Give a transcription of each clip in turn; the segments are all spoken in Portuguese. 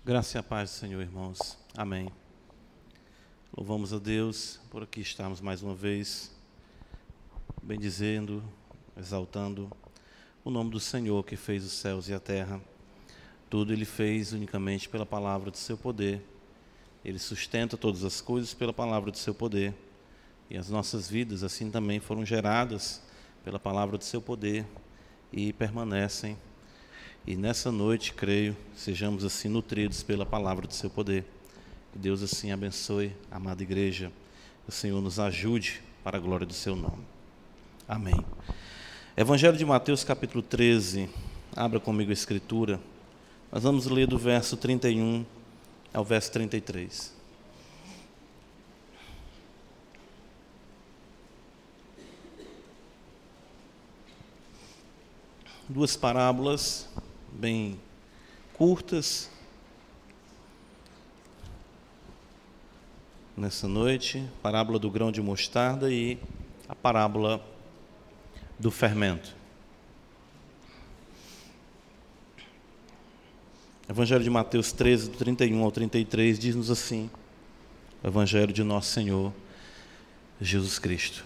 Graça e a paz do Senhor, irmãos. Amém. Louvamos a Deus por aqui estarmos mais uma vez, bendizendo, exaltando o nome do Senhor que fez os céus e a terra. Tudo Ele fez unicamente pela palavra do seu poder. Ele sustenta todas as coisas pela palavra do seu poder. E as nossas vidas assim também foram geradas pela palavra do seu poder e permanecem. E nessa noite, creio, sejamos assim nutridos pela palavra do seu poder. Que Deus assim abençoe a amada igreja. Que o Senhor nos ajude para a glória do seu nome. Amém. Evangelho de Mateus, capítulo 13. Abra comigo a escritura. Nós vamos ler do verso 31 ao verso 33. Duas parábolas bem curtas nessa noite, parábola do grão de mostarda e a parábola do fermento. Evangelho de Mateus 13, do 31 ao 33, diz-nos assim, o Evangelho de nosso Senhor Jesus Cristo.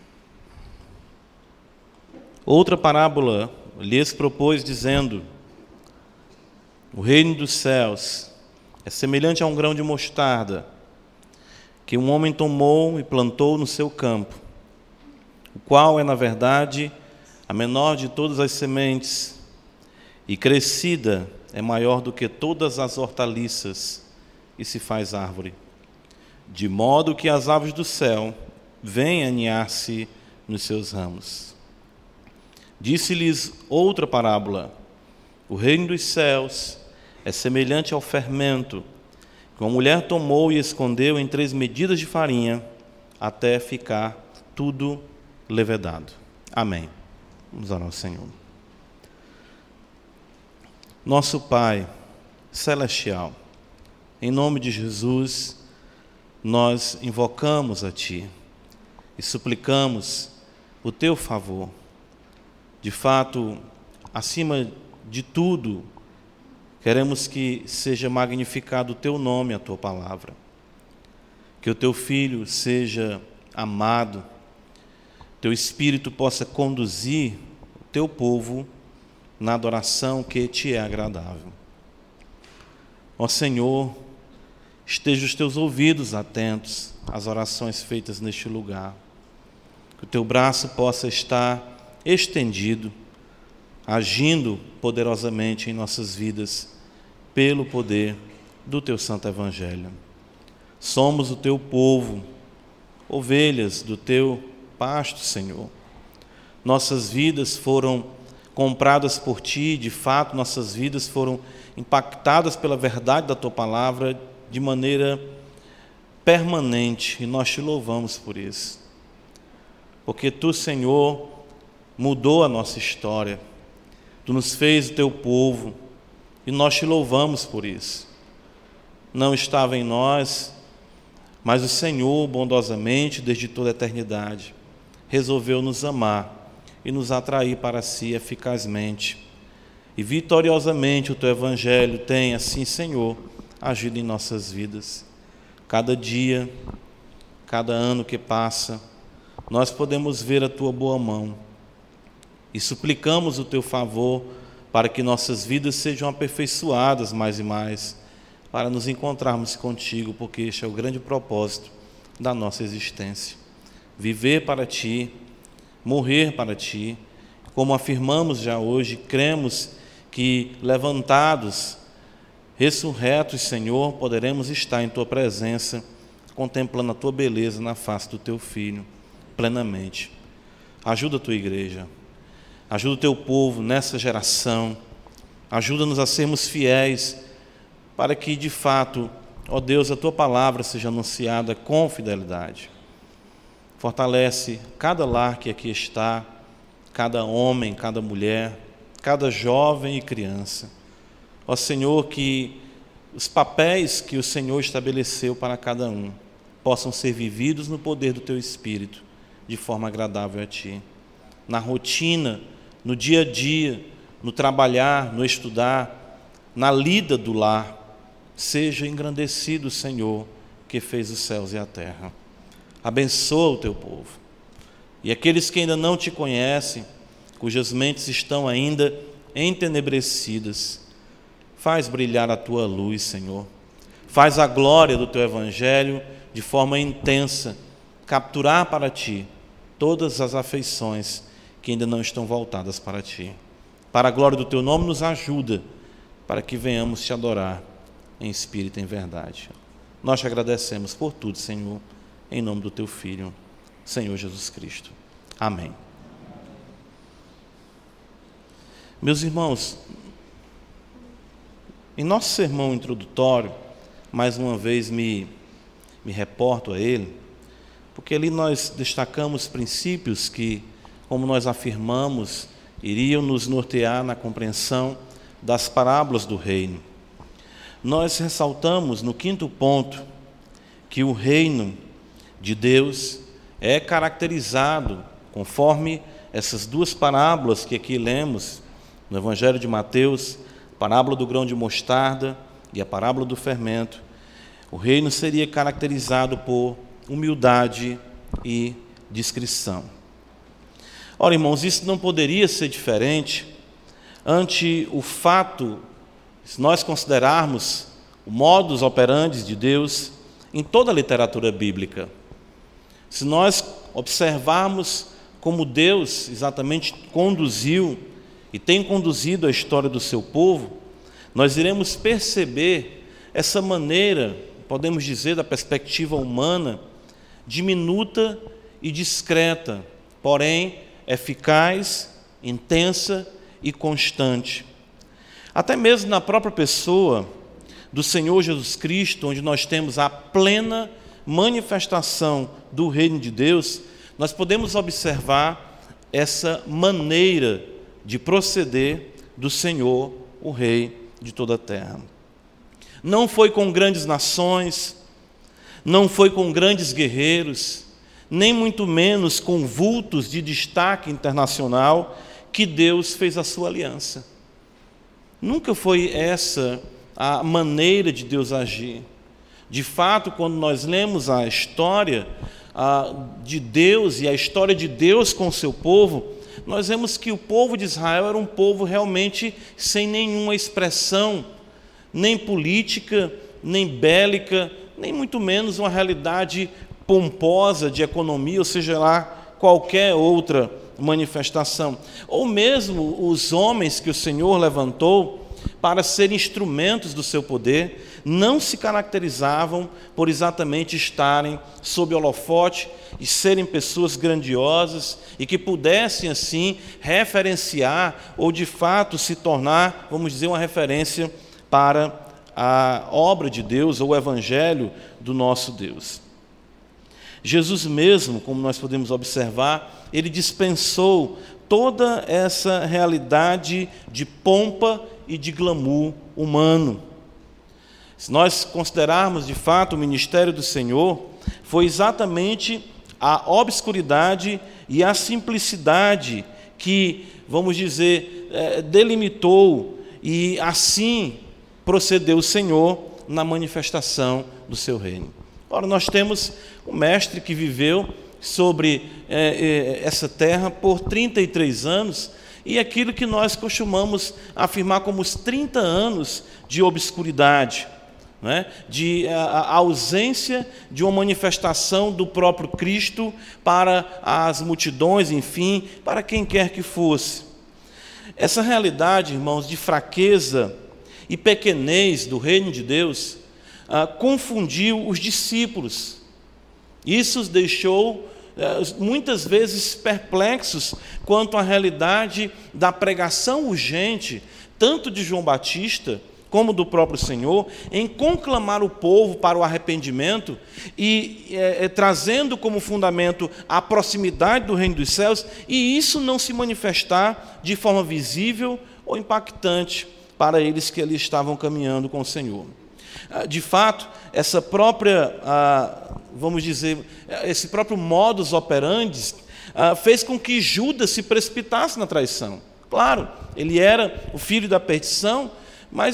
Outra parábola lhes propôs, dizendo: o reino dos céus é semelhante a um grão de mostarda, que um homem tomou e plantou no seu campo, o qual é, na verdade, a menor de todas as sementes, e crescida é maior do que todas as hortaliças, e se faz árvore, de modo que as aves do céu vêm aninhar-se nos seus ramos. Disse-lhes outra parábola: o reino dos céus é semelhante ao fermento, que uma mulher tomou e escondeu em 3 medidas de farinha, até ficar tudo levedado. Amém. Vamos orar ao Senhor. Nosso Pai celestial, em nome de Jesus, nós invocamos a Ti e suplicamos o Teu favor. De fato, acima de tudo, queremos que seja magnificado o Teu nome, a Tua palavra. Que o Teu Filho seja amado, Teu Espírito possa conduzir o Teu povo na adoração que Te é agradável. Ó Senhor, esteja os Teus ouvidos atentos às orações feitas neste lugar. Que o Teu braço possa estar estendido, agindo poderosamente em nossas vidas, pelo poder do Teu Santo Evangelho. Somos o Teu povo, ovelhas do Teu pasto, Senhor. Nossas vidas foram compradas por Ti, de fato, nossas vidas foram impactadas pela verdade da Tua palavra de maneira permanente, e nós Te louvamos por isso. Porque Tu, Senhor, mudou a nossa história, Tu nos fez o Teu povo, e nós Te louvamos por isso. Não estava em nós, mas o Senhor, bondosamente, desde toda a eternidade, resolveu nos amar e nos atrair para Si eficazmente. E vitoriosamente o Teu Evangelho tem, assim, Senhor, agido em nossas vidas. Cada dia, cada ano que passa, nós podemos ver a Tua boa mão e suplicamos o Teu favor para que nossas vidas sejam aperfeiçoadas mais e mais, para nos encontrarmos contigo, porque este é o grande propósito da nossa existência. Viver para Ti, morrer para Ti, como afirmamos já hoje, cremos que levantados, ressurretos, Senhor, poderemos estar em Tua presença, contemplando a Tua beleza na face do Teu Filho, plenamente. Ajuda a Tua igreja, ajuda o Teu povo nessa geração, ajuda-nos a sermos fiéis, para que, de fato, ó Deus, a Tua palavra seja anunciada com fidelidade. Fortalece cada lar que aqui está, cada homem, cada mulher, cada jovem e criança. Ó Senhor, que os papéis que o Senhor estabeleceu para cada um possam ser vividos no poder do Teu Espírito, de forma agradável a Ti. Na rotina, no dia a dia, no trabalhar, no estudar, na lida do lar, Seja engrandecido o Senhor, que fez os céus e a terra. Abençoa o teu povo. E aqueles que ainda não te conhecem, cujas mentes estão ainda entenebrecidas, faz brilhar a tua luz, Senhor. Faz a glória do teu evangelho de forma intensa, capturar para ti todas as afeições que ainda não estão voltadas para ti. Para a glória do teu nome, nos ajuda, para que venhamos te adorar em espírito e em verdade. Nós te agradecemos por tudo, Senhor, em nome do teu Filho, Senhor Jesus Cristo. Amém. Meus irmãos, em nosso sermão introdutório, mais uma vez me reporto a ele, porque ali nós destacamos princípios que, como nós afirmamos, iriam nos nortear na compreensão das parábolas do reino. Nós ressaltamos no 5º ponto que o reino de Deus é caracterizado, conforme essas 2 parábolas que aqui lemos no Evangelho de Mateus, a parábola do grão de mostarda e a parábola do fermento. O reino seria caracterizado por humildade e discrição. Ora, irmãos, isso não poderia ser diferente ante o fato, se nós considerarmos o modus operandi de Deus em toda a literatura bíblica. Se nós observarmos como Deus exatamente conduziu e tem conduzido a história do seu povo, nós iremos perceber essa maneira, podemos dizer, da perspectiva humana, diminuta e discreta, porém eficaz, intensa e constante. Até mesmo na própria pessoa do Senhor Jesus Cristo, onde nós temos a plena manifestação do reino de Deus, nós podemos observar essa maneira de proceder do Senhor, o Rei de toda a terra. Não foi com grandes nações, não foi com grandes guerreiros, nem muito menos com vultos de destaque internacional que Deus fez a sua aliança. Nunca foi essa a maneira de Deus agir. De fato, quando nós lemos a história de Deus e a história de Deus com o seu povo, nós vemos que o povo de Israel era um povo realmente sem nenhuma expressão, nem política, nem bélica, nem muito menos uma realidade pomposa de economia, ou seja lá, qualquer outra manifestação. Ou mesmo os homens que o Senhor levantou para serem instrumentos do seu poder, não se caracterizavam por exatamente estarem sob holofote e serem pessoas grandiosas e que pudessem, assim, referenciar ou, de fato, se tornar, vamos dizer, uma referência para a obra de Deus ou o evangelho do nosso Deus. Jesus mesmo, como nós podemos observar, ele dispensou toda essa realidade de pompa e de glamour humano. Se nós considerarmos de fato o ministério do Senhor, foi exatamente a obscuridade e a simplicidade que, vamos dizer, delimitou e assim procedeu o Senhor na manifestação do seu reino. Ora, nós temos um mestre que viveu sobre essa terra por 33 anos, e aquilo que nós costumamos afirmar como os 30 anos de obscuridade, né? De a ausência de uma manifestação do próprio Cristo para as multidões, enfim, para quem quer que fosse. Essa realidade, irmãos, de fraqueza e pequenez do reino de Deus, confundiu os discípulos. Isso os deixou muitas vezes perplexos quanto à realidade da pregação urgente, tanto de João Batista como do próprio Senhor, em conclamar o povo para o arrependimento e trazendo como fundamento a proximidade do reino dos céus, e isso não se manifestar de forma visível ou impactante para eles que ali estavam caminhando com o Senhor. De fato, essa própria, vamos dizer, esse próprio modus operandi fez com que Judas se precipitasse na traição. Claro, ele era o filho da perdição, mas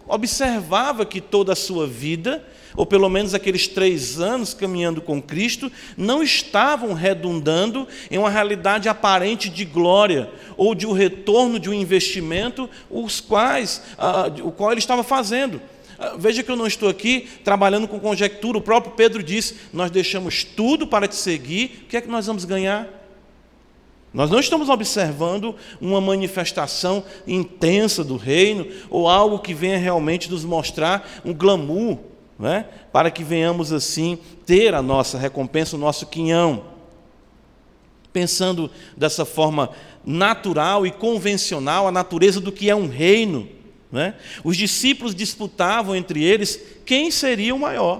observava que toda a sua vida, ou pelo menos aqueles 3 anos caminhando com Cristo, não estavam redundando em uma realidade aparente de glória, ou de um retorno de um investimento, o qual ele estava fazendo. Veja que eu não estou aqui trabalhando com conjectura. O próprio Pedro disse: nós deixamos tudo para te seguir, o que é que nós vamos ganhar? Nós não estamos observando uma manifestação intensa do reino, ou algo que venha realmente nos mostrar um glamour, né? Para que venhamos assim ter a nossa recompensa, o nosso quinhão. Pensando dessa forma natural e convencional, a natureza do que é um reino, né? Os discípulos disputavam entre eles quem seria o maior.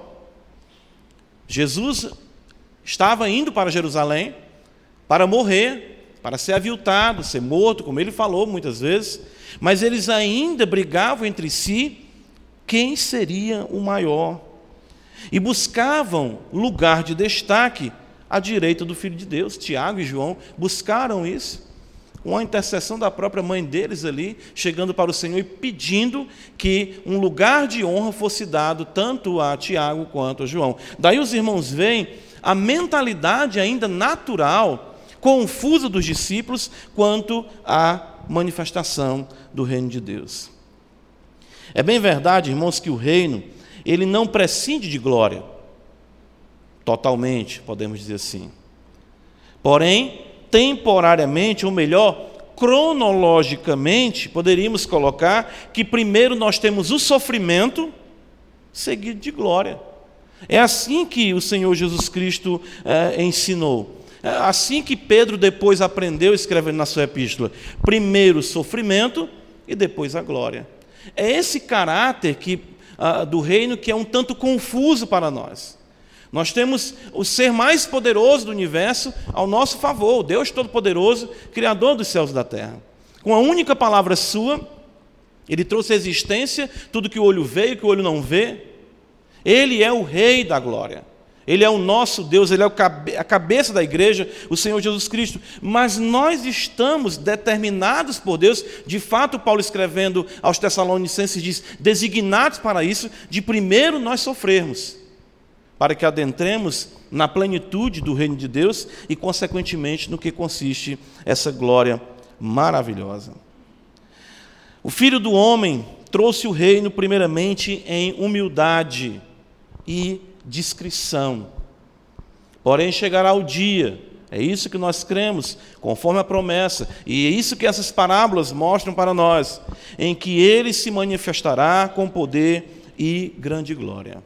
Jesus estava indo para Jerusalém para morrer, para ser aviltado, ser morto, como ele falou muitas vezes, mas eles ainda brigavam entre si quem seria o maior, e buscavam lugar de destaque à direita do Filho de Deus. Tiago e João buscaram isso, com a intercessão da própria mãe deles ali, chegando para o Senhor e pedindo que um lugar de honra fosse dado tanto a Tiago quanto a João. Daí os irmãos veem a mentalidade ainda natural, confusa dos discípulos quanto à manifestação do reino de Deus. É bem verdade, irmãos, que o reino, ele não prescinde de glória, totalmente, podemos dizer assim. Porém, temporariamente, ou melhor, cronologicamente, poderíamos colocar que primeiro nós temos o sofrimento, seguido de glória. É assim que o Senhor Jesus Cristo ensinou. É assim que Pedro depois aprendeu, escrevendo na sua epístola: primeiro o sofrimento e depois a glória. É esse caráter do reino que é um tanto confuso para nós. Nós temos o ser mais poderoso do universo ao nosso favor, o Deus Todo-Poderoso, Criador dos céus e da terra. Com a única palavra sua, Ele trouxe à existência tudo que o olho vê e que o olho não vê. Ele é o Rei da glória. Ele é o nosso Deus, Ele é a cabeça da igreja, o Senhor Jesus Cristo. Mas nós estamos determinados por Deus, de fato, Paulo escrevendo aos Tessalonicenses diz, designados para isso, de primeiro nós sofrermos, para que adentremos na plenitude do reino de Deus e, consequentemente, no que consiste essa glória maravilhosa. O Filho do Homem trouxe o reino primeiramente em humildade e discrição. Porém, chegará o dia, é isso que nós cremos, conforme a promessa, e é isso que essas parábolas mostram para nós, em que Ele se manifestará com poder e grande glória.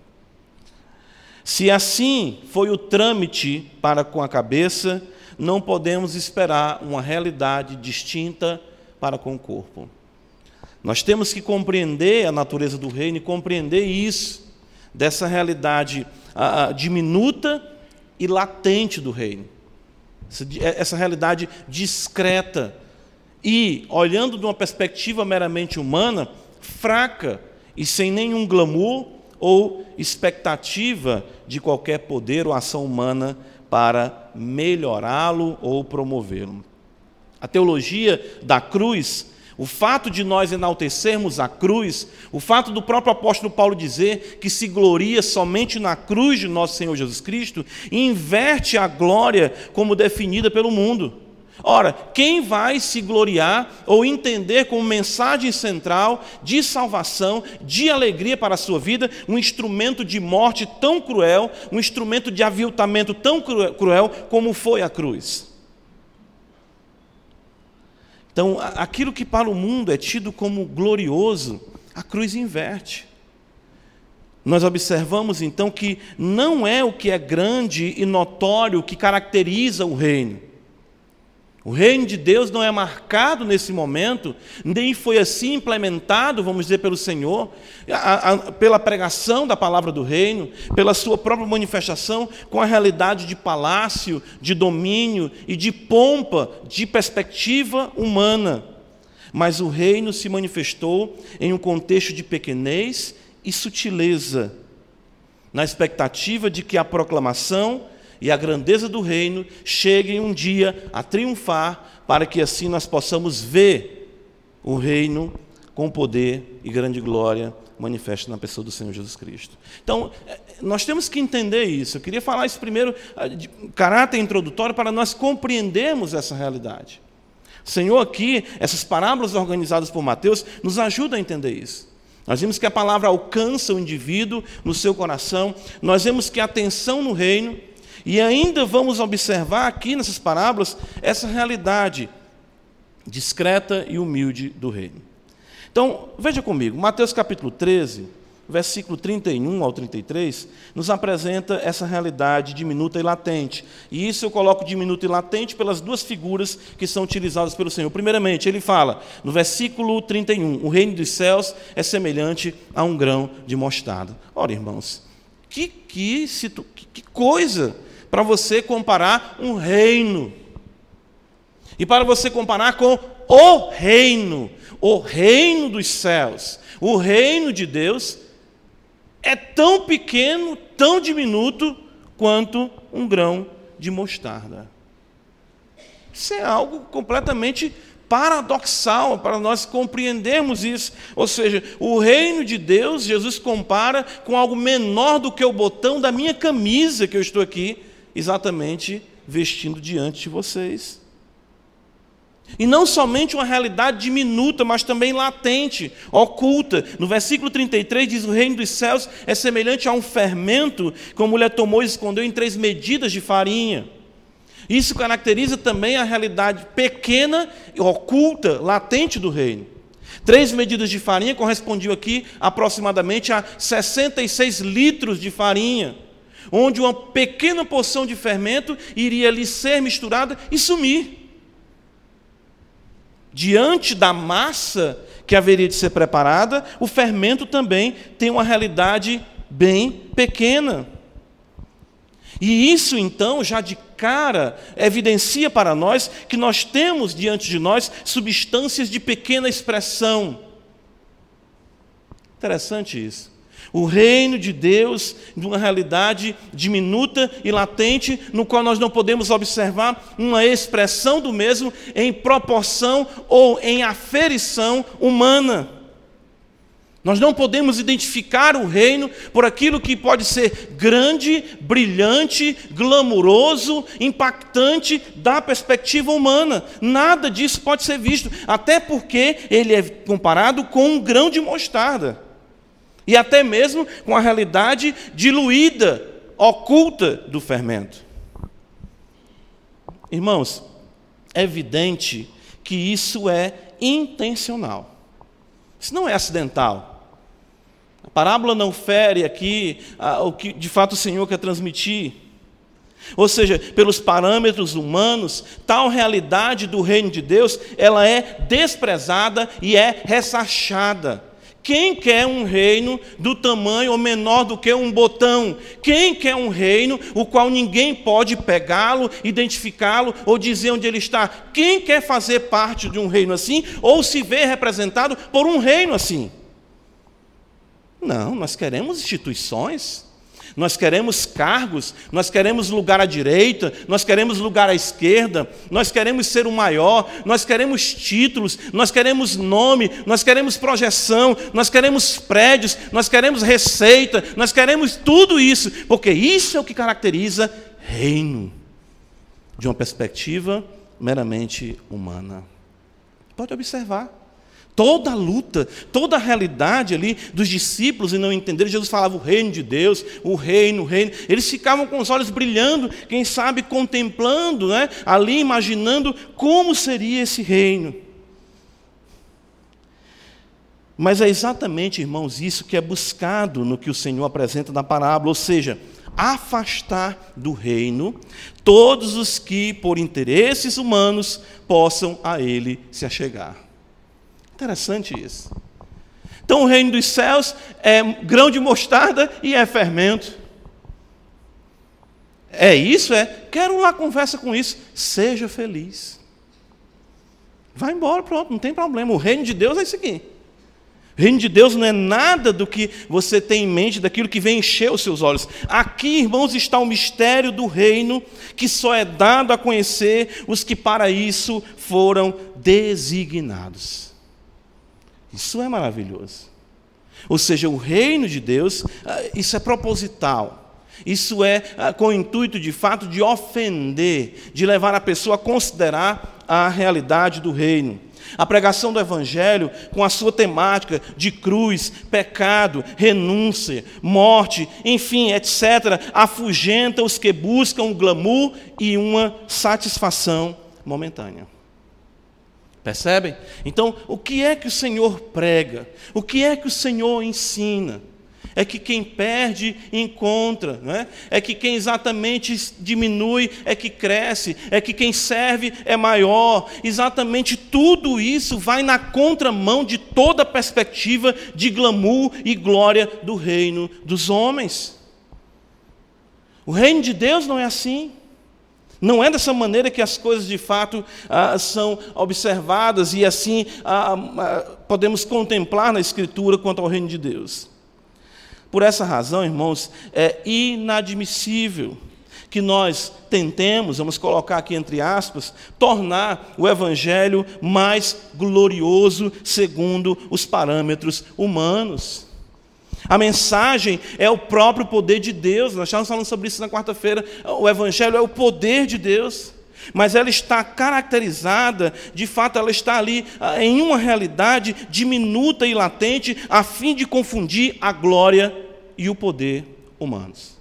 Se assim foi o trâmite para com a cabeça, não podemos esperar uma realidade distinta para com o corpo. Nós temos que compreender a natureza do reino e compreender isso, dessa realidade diminuta e latente do reino. Essa realidade discreta e, olhando de uma perspectiva meramente humana, fraca e sem nenhum glamour ou expectativa de qualquer poder ou ação humana para melhorá-lo ou promovê-lo. A teologia da cruz, o fato de nós enaltecermos a cruz, o fato do próprio apóstolo Paulo dizer que se gloria somente na cruz de nosso Senhor Jesus Cristo, inverte a glória como definida pelo mundo. Ora, quem vai se gloriar ou entender como mensagem central de salvação, de alegria para a sua vida, um instrumento de morte tão cruel, um instrumento de aviltamento tão cruel como foi a cruz? Então, aquilo que para o mundo é tido como glorioso, a cruz inverte. Nós observamos, então, que não é o que é grande e notório que caracteriza o reino. O reino de Deus não é marcado nesse momento, nem foi assim implementado, vamos dizer, pelo Senhor, pela pregação da palavra do reino, pela sua própria manifestação, com a realidade de palácio, de domínio e de pompa, de perspectiva humana. Mas o reino se manifestou em um contexto de pequenez e sutileza, na expectativa de que a proclamação e a grandeza do reino cheguem um dia a triunfar, para que assim nós possamos ver o reino com poder e grande glória manifesta na pessoa do Senhor Jesus Cristo. Então, nós temos que entender isso. Eu queria falar isso primeiro, de caráter introdutório, para nós compreendermos essa realidade. O Senhor aqui, essas parábolas organizadas por Mateus, nos ajudam a entender isso. Nós vimos que a palavra alcança o indivíduo no seu coração, nós vemos que a atenção no reino, e ainda vamos observar aqui nessas parábolas essa realidade discreta e humilde do reino. Então, veja comigo, Mateus capítulo 13, versículo 31 ao 33, nos apresenta essa realidade diminuta e latente. E isso eu coloco diminuto e latente pelas duas figuras que são utilizadas pelo Senhor. Primeiramente, ele fala, no versículo 31, o reino dos céus é semelhante a um grão de mostarda. Ora, irmãos, que coisa para você comparar um reino. E para você comparar com o reino dos céus, o reino de Deus, é tão pequeno, tão diminuto, quanto um grão de mostarda. Isso é algo completamente paradoxal para nós compreendermos isso. Ou seja, o reino de Deus, Jesus compara com algo menor do que o botão da minha camisa, que eu estou aqui exatamente vestindo diante de vocês. E não somente uma realidade diminuta, mas também latente, oculta. No versículo 33 diz, o reino dos céus é semelhante a um fermento que uma mulher tomou e escondeu em 3 medidas de farinha. Isso caracteriza também a realidade pequena, oculta, latente do reino. 3 medidas de farinha correspondiam aqui aproximadamente a 66 litros de farinha, onde uma pequena porção de fermento iria ali ser misturada e sumir. Diante da massa que haveria de ser preparada, o fermento também tem uma realidade bem pequena. E isso, então, já de cara, evidencia para nós que nós temos diante de nós substâncias de pequena expressão. Interessante isso. O reino de Deus, de uma realidade diminuta e latente, no qual nós não podemos observar uma expressão do mesmo em proporção ou em aferição humana. Nós não podemos identificar o reino por aquilo que pode ser grande, brilhante, glamuroso, impactante da perspectiva humana. Nada disso pode ser visto, até porque ele é comparado com um grão de mostarda. E até mesmo com a realidade diluída, oculta do fermento. Irmãos, é evidente que isso é intencional. Isso não é acidental. A parábola não fere aqui o que de fato o Senhor quer transmitir. Ou seja, pelos parâmetros humanos, tal realidade do reino de Deus, ela é desprezada e é ressachada. Quem quer um reino do tamanho ou menor do que um botão? Quem quer um reino o qual ninguém pode pegá-lo, identificá-lo ou dizer onde ele está? Quem quer fazer parte de um reino assim ou se ver representado por um reino assim? Não, nós queremos instituições. Nós queremos cargos, nós queremos lugar à direita, nós queremos lugar à esquerda, nós queremos ser o maior, nós queremos títulos, nós queremos nome, nós queremos projeção, nós queremos prédios, nós queremos receita, nós queremos tudo isso, porque isso é o que caracteriza reino, de uma perspectiva meramente humana. Pode observar. Toda a luta, toda a realidade ali dos discípulos e não entenderem, Jesus falava o reino de Deus, o reino. Eles ficavam com os olhos brilhando, quem sabe contemplando, né, ali imaginando como seria esse reino. Mas é exatamente, irmãos, isso que é buscado no que o Senhor apresenta na parábola, ou seja, afastar do reino todos os que, por interesses humanos, possam a ele se achegar. Interessante isso. Então o reino dos céus é grão de mostarda e é fermento. É isso? Quero lá, conversa com isso. Seja feliz. Vai embora, pronto, não tem problema. O reino de Deus é isso aqui. O reino de Deus não é nada do que você tem em mente, daquilo que vem encher os seus olhos. Aqui, irmãos, está o mistério do reino, que só é dado a conhecer os que para isso foram designados. Isso é maravilhoso. Ou seja, o reino de Deus, isso é proposital. Isso é com o intuito, de fato, de ofender, de levar a pessoa a considerar a realidade do reino. A pregação do Evangelho, com a sua temática de cruz, pecado, renúncia, morte, enfim, etc., afugenta os que buscam o glamour e uma satisfação momentânea. Percebem? Então, o que é que o Senhor prega? O que é que o Senhor ensina? É que quem perde, encontra, não é? É que quem exatamente diminui é que cresce, é que quem serve é maior. Exatamente tudo isso vai na contramão de toda a perspectiva de glamour e glória do reino dos homens. O reino de Deus não é assim. Não é dessa maneira que as coisas de fato são observadas e assim podemos contemplar na Escritura quanto ao reino de Deus. Por essa razão, irmãos, é inadmissível que nós tentemos, vamos colocar aqui entre aspas, tornar o Evangelho mais glorioso segundo os parâmetros humanos. A mensagem é o próprio poder de Deus. Nós estávamos falando sobre isso na quarta-feira. O Evangelho é o poder de Deus, mas ela está caracterizada, de fato, ela está ali em uma realidade diminuta e latente, a fim de confundir a glória e o poder humanos.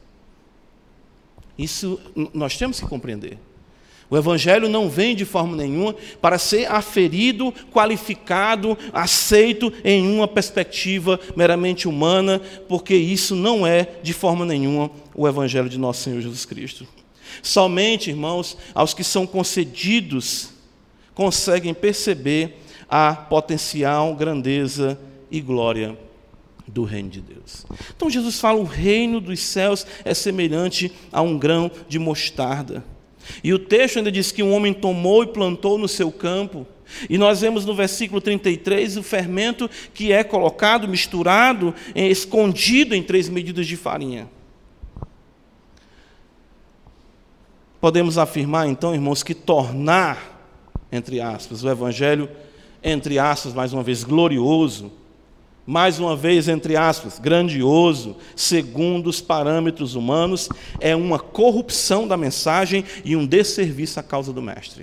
Isso nós temos que compreender. O Evangelho não vem de forma nenhuma para ser aferido, qualificado, aceito em uma perspectiva meramente humana, porque isso não é de forma nenhuma o Evangelho de nosso Senhor Jesus Cristo. Somente, irmãos, aos que são concedidos, conseguem perceber a potencial grandeza e glória do reino de Deus. Então Jesus fala: o reino dos céus é semelhante a um grão de mostarda. E o texto ainda diz que um homem tomou e plantou no seu campo. E nós vemos no versículo 33 o fermento que é colocado, misturado, escondido em 3 medidas de farinha. Podemos afirmar então, irmãos, que tornar, entre aspas, o Evangelho, entre aspas, mais uma vez, glorioso, mais uma vez, entre aspas, grandioso, segundo os parâmetros humanos, é uma corrupção da mensagem e um desserviço à causa do Mestre.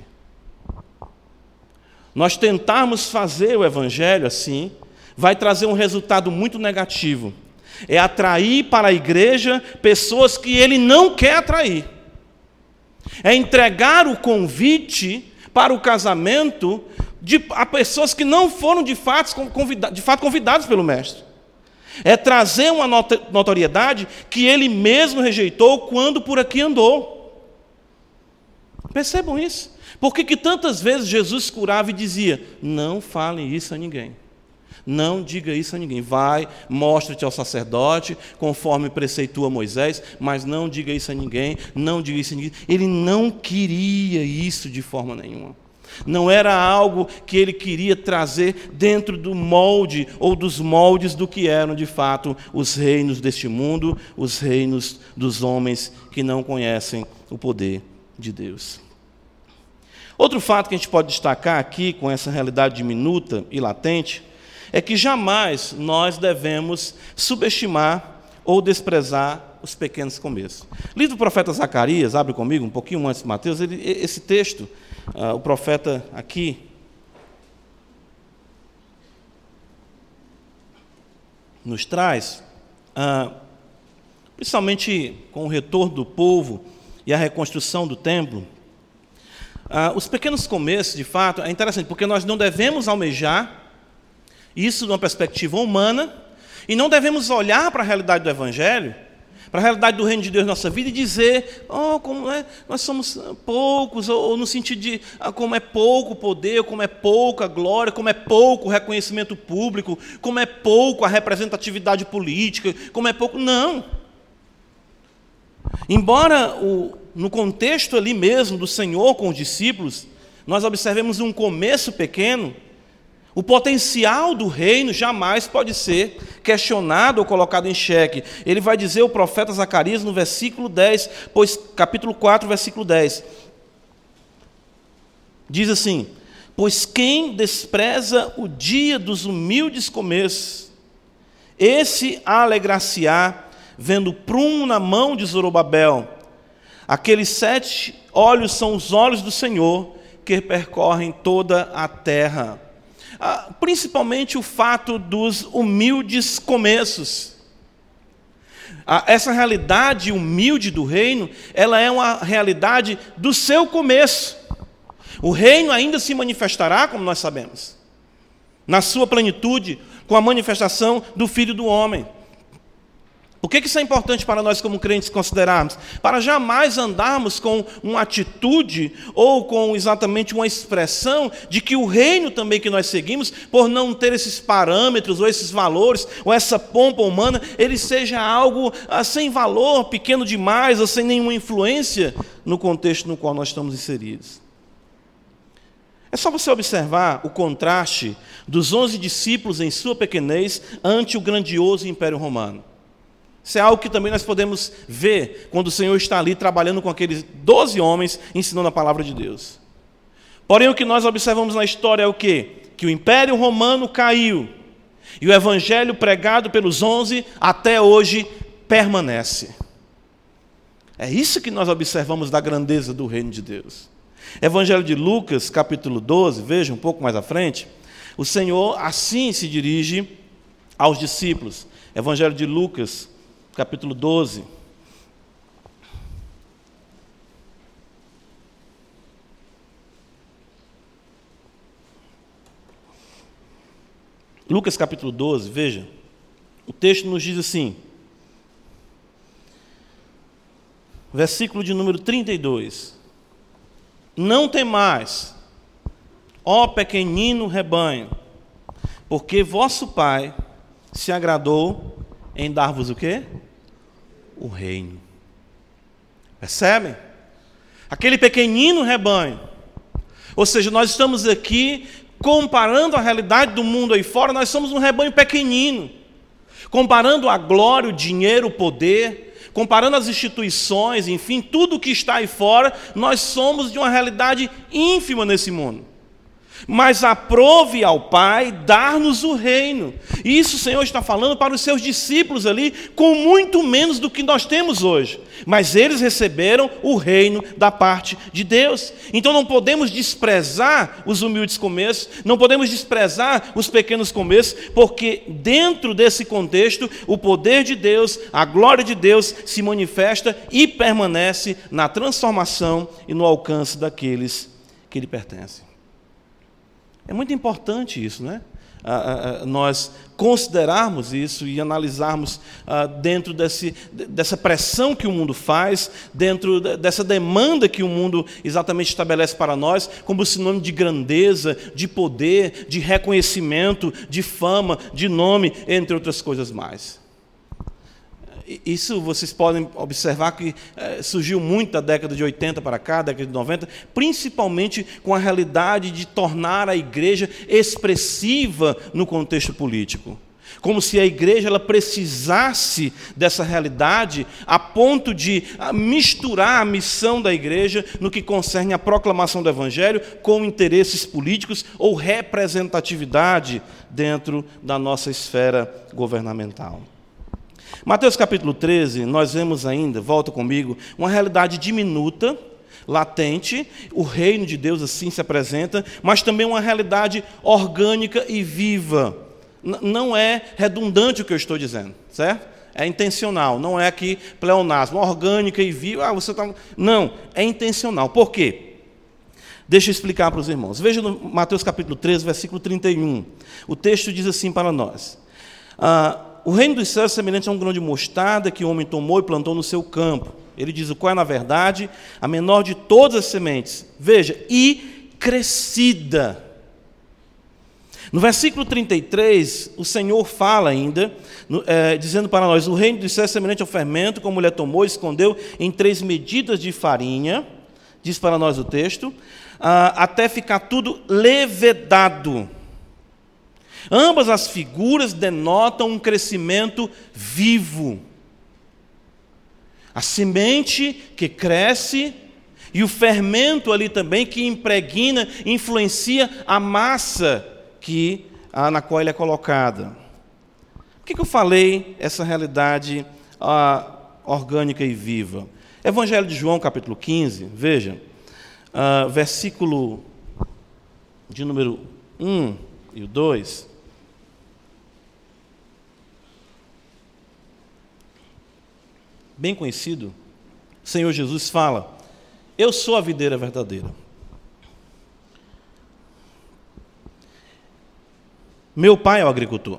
Nós tentarmos fazer o Evangelho assim, vai trazer um resultado muito negativo. É atrair para a igreja pessoas que ele não quer atrair. É entregar o convite para o casamento a pessoas que não foram de fato convidadas pelo Mestre. É trazer uma notoriedade que ele mesmo rejeitou quando por aqui andou. Percebam isso. Por que tantas vezes Jesus curava e dizia: não falem isso a ninguém. Não diga isso a ninguém. Vai, mostra-te ao sacerdote, conforme preceitua Moisés, mas não diga isso a ninguém, não diga isso a ninguém. Ele não queria isso de forma nenhuma. Não era algo que ele queria trazer dentro do molde ou dos moldes do que eram de fato os reinos deste mundo, os reinos dos homens que não conhecem o poder de Deus. Outro fato que a gente pode destacar aqui, com essa realidade diminuta e latente, é que jamais nós devemos subestimar ou desprezar os pequenos começos. Livro do profeta Zacarias, abre comigo um pouquinho antes de Mateus, esse texto, o profeta aqui, nos traz, principalmente com o retorno do povo e a reconstrução do templo, os pequenos começos, de fato, é interessante, porque nós não devemos almejar isso numa perspectiva humana, e não devemos olhar para a realidade do Evangelho, para a realidade do reino de Deus na nossa vida e dizer: como nós somos poucos, ou no sentido de como é pouco o poder, como é pouca glória, como é pouco o reconhecimento público, como é pouco a representatividade política, como é pouco. Não. Embora no contexto ali mesmo do Senhor com os discípulos, nós observemos um começo pequeno, o potencial do reino jamais pode ser questionado ou colocado em xeque. Ele vai dizer, o profeta Zacarias, no versículo 10, capítulo 4, versículo 10. Diz assim: pois quem despreza o dia dos humildes começos Esse alegrar-se-á, vendo o prumo na mão de Zorobabel. Aqueles 7 olhos são os olhos do Senhor, que percorrem toda a terra. Principalmente o fato dos humildes começos. Essa realidade humilde do reino, ela é uma realidade do seu começo. O reino ainda se manifestará, como nós sabemos, na sua plenitude, com a manifestação do Filho do Homem. Por que isso é importante para nós como crentes considerarmos? Para jamais andarmos com uma atitude ou com exatamente uma expressão de que o reino também que nós seguimos, por não ter esses parâmetros ou esses valores ou essa pompa humana, ele seja algo sem valor, pequeno demais ou sem nenhuma influência no contexto no qual nós estamos inseridos. É só você observar o contraste dos 11 discípulos em sua pequenez ante o grandioso Império Romano. Isso é algo que também nós podemos ver quando o Senhor está ali trabalhando com aqueles 12 homens, ensinando a palavra de Deus. Porém, o que nós observamos na história é o quê? Que o Império Romano caiu e o Evangelho pregado pelos 11 até hoje permanece. É isso que nós observamos da grandeza do reino de Deus. Evangelho de Lucas, capítulo 12, veja um pouco mais à frente, o Senhor assim se dirige aos discípulos. Evangelho de Lucas, capítulo 12. Lucas capítulo 12, veja, o texto nos diz assim, versículo de número 32. Não temais, ó pequenino rebanho, porque vosso Pai se agradou em dar-vos o quê? O reino. Percebem? Aquele pequenino rebanho. Ou seja, nós estamos aqui comparando a realidade do mundo aí fora, nós somos um rebanho pequenino. Comparando a glória, o dinheiro, o poder, comparando as instituições, enfim, tudo que está aí fora, nós somos de uma realidade ínfima nesse mundo. Mas aprove ao Pai dar-nos o reino. E isso o Senhor está falando para os seus discípulos ali, com muito menos do que nós temos hoje. Mas eles receberam o reino da parte de Deus. Então não podemos desprezar os humildes começos, não podemos desprezar os pequenos começos, porque dentro desse contexto, o poder de Deus, a glória de Deus se manifesta e permanece na transformação e no alcance daqueles que lhe pertencem. É muito importante isso, né? Nós considerarmos isso e analisarmos dentro dessa pressão que o mundo faz, dentro dessa demanda que o mundo exatamente estabelece para nós, como sinônimo de grandeza, de poder, de reconhecimento, de fama, de nome, entre outras coisas mais. Isso vocês podem observar que surgiu muito da década de 80 para cá, década de 90, principalmente com a realidade de tornar a igreja expressiva no contexto político. Como se a igreja ela precisasse dessa realidade a ponto de misturar a missão da igreja no que concerne a proclamação do Evangelho com interesses políticos ou representatividade dentro da nossa esfera governamental. Mateus capítulo 13, nós vemos ainda, volta comigo, uma realidade diminuta, latente, o reino de Deus assim se apresenta, mas também uma realidade orgânica e viva. Não é redundante o que eu estou dizendo, certo? É intencional, não é aqui pleonasmo, orgânica e viva, não, é intencional. Por quê? Deixa eu explicar para os irmãos. Veja no Mateus capítulo 13, versículo 31. O texto diz assim para nós: o reino dos céus é semelhante a um grão de mostarda que o homem tomou e plantou no seu campo. Ele diz o qual é, na verdade, a menor de todas as sementes. Veja, e crescida. No versículo 33, o Senhor fala ainda, dizendo para nós, o reino dos céus é semelhante ao fermento, que a mulher tomou e escondeu em 3 medidas de farinha, diz para nós o texto, até ficar tudo levedado. Ambas as figuras denotam um crescimento vivo. A semente que cresce e o fermento ali também que impregna, influencia a massa na qual ele é colocada. Por que eu falei essa realidade orgânica e viva? Evangelho de João, capítulo 15, veja, versículo de número 1 e o 2. Bem conhecido, o Senhor Jesus fala: eu sou a videira verdadeira. Meu Pai é o agricultor.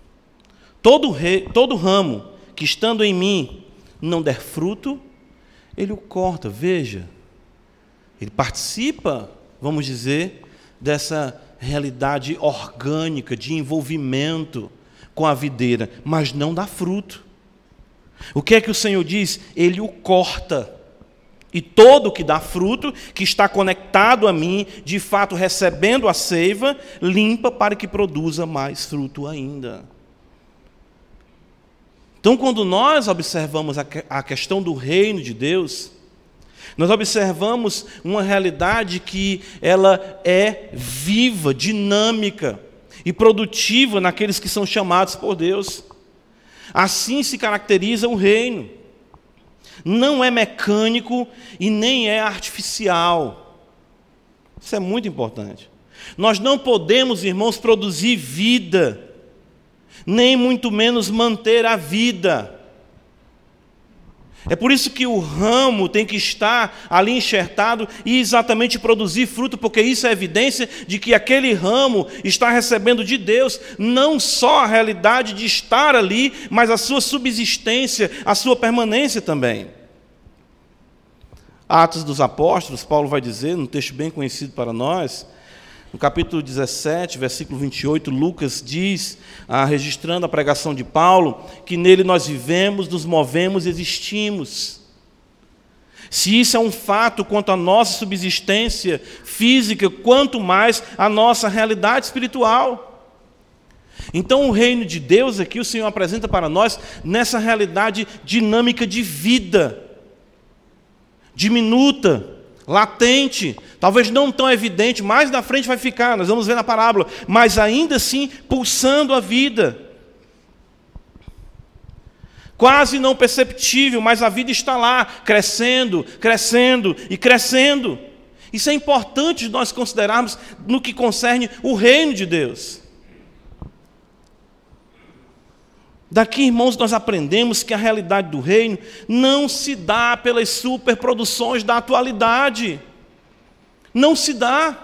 Todo ramo que estando em mim não der fruto, Ele o corta. Veja, Ele participa, vamos dizer, dessa realidade orgânica de envolvimento com a videira, mas não dá fruto. O que é que o Senhor diz? Ele o corta. E todo que dá fruto, que está conectado a mim, de fato recebendo a seiva, limpa para que produza mais fruto ainda. Então, quando nós observamos a questão do reino de Deus, nós observamos uma realidade que ela é viva, dinâmica e produtiva naqueles que são chamados por Deus. Assim se caracteriza o reino. Não é mecânico e nem é artificial. Isso é muito importante. Nós não podemos, irmãos, produzir vida, nem muito menos manter a vida. É por isso que o ramo tem que estar ali enxertado e exatamente produzir fruto, porque isso é evidência de que aquele ramo está recebendo de Deus não só a realidade de estar ali, mas a sua subsistência, a sua permanência também. Atos dos Apóstolos, Paulo vai dizer, num texto bem conhecido para nós, no capítulo 17, versículo 28, Lucas diz, registrando a pregação de Paulo, que nele nós vivemos, nos movemos e existimos. Se isso é um fato quanto à nossa subsistência física, quanto mais a nossa realidade espiritual. Então o reino de Deus aqui, o Senhor apresenta para nós nessa realidade dinâmica de vida, diminuta, latente, talvez não tão evidente, mais na frente vai ficar, nós vamos ver na parábola, mas ainda assim pulsando a vida. Quase não perceptível, mas a vida está lá, crescendo, crescendo e crescendo. Isso é importante nós considerarmos no que concerne o reino de Deus. Daqui, irmãos, nós aprendemos que a realidade do reino não se dá pelas superproduções da atualidade. Não se dá.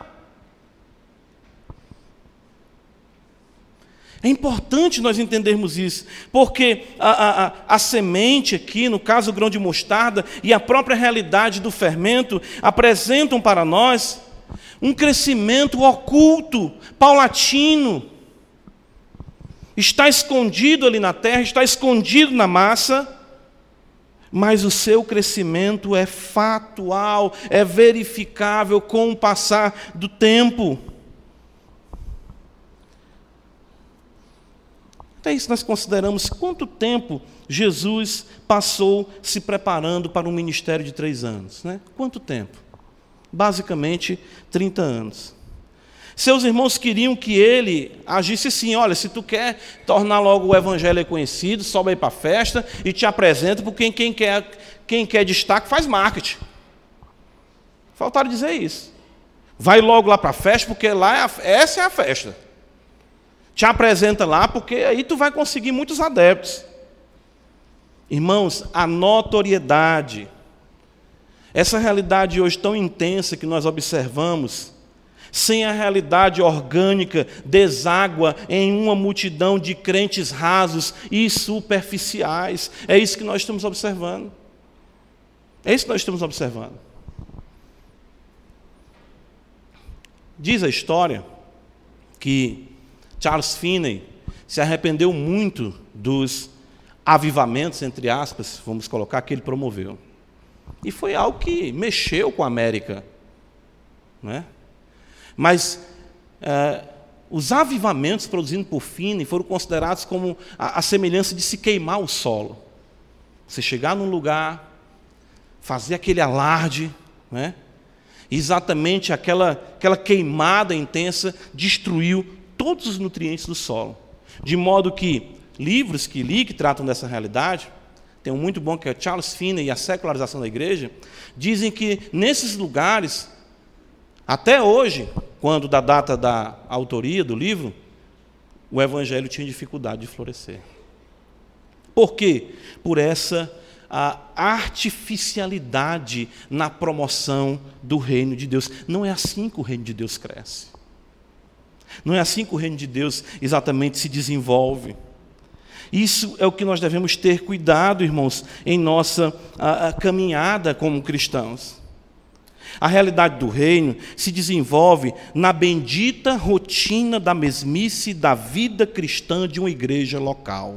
É importante nós entendermos isso, porque a semente aqui, no caso o grão de mostarda, e a própria realidade do fermento, apresentam para nós um crescimento oculto, paulatino. Está escondido ali na terra, está escondido na massa, mas o seu crescimento é fatual, é verificável com o passar do tempo. Até isso nós consideramos quanto tempo Jesus passou se preparando para um ministério de 3 anos, né? Quanto tempo? Basicamente 30 anos. Seus irmãos queriam que ele agisse assim: olha, se tu quer tornar logo o evangelho conhecido, sobe aí para a festa e te apresenta, porque quem quer destaque faz marketing. Faltaram dizer isso. Vai logo lá para a festa, porque lá essa é a festa. Te apresenta lá, porque aí tu vai conseguir muitos adeptos. Irmãos, a notoriedade, essa realidade hoje tão intensa que nós observamos, sem a realidade orgânica, deságua em uma multidão de crentes rasos e superficiais. É isso que nós estamos observando. É isso que nós estamos observando. Diz a história que Charles Finney se arrependeu muito dos avivamentos, entre aspas, vamos colocar, que ele promoveu. E foi algo que mexeu com a América, né? Mas os avivamentos produzidos por Finney foram considerados como a semelhança de se queimar o solo. Você chegar num lugar, fazer aquele alarde, né? Exatamente aquela queimada intensa destruiu todos os nutrientes do solo, de modo que livros que li que tratam dessa realidade, tem um muito bom que é Charles Finney e a secularização da igreja, dizem que nesses lugares, até hoje, quando da data da autoria do livro, o evangelho tinha dificuldade de florescer. Por quê? Por essa artificialidade na promoção do reino de Deus. Não é assim que o reino de Deus cresce. Não é assim que o reino de Deus exatamente se desenvolve. Isso é o que nós devemos ter cuidado, irmãos, em nossa caminhada como cristãos. A realidade do reino se desenvolve na bendita rotina da mesmice da vida cristã de uma igreja local.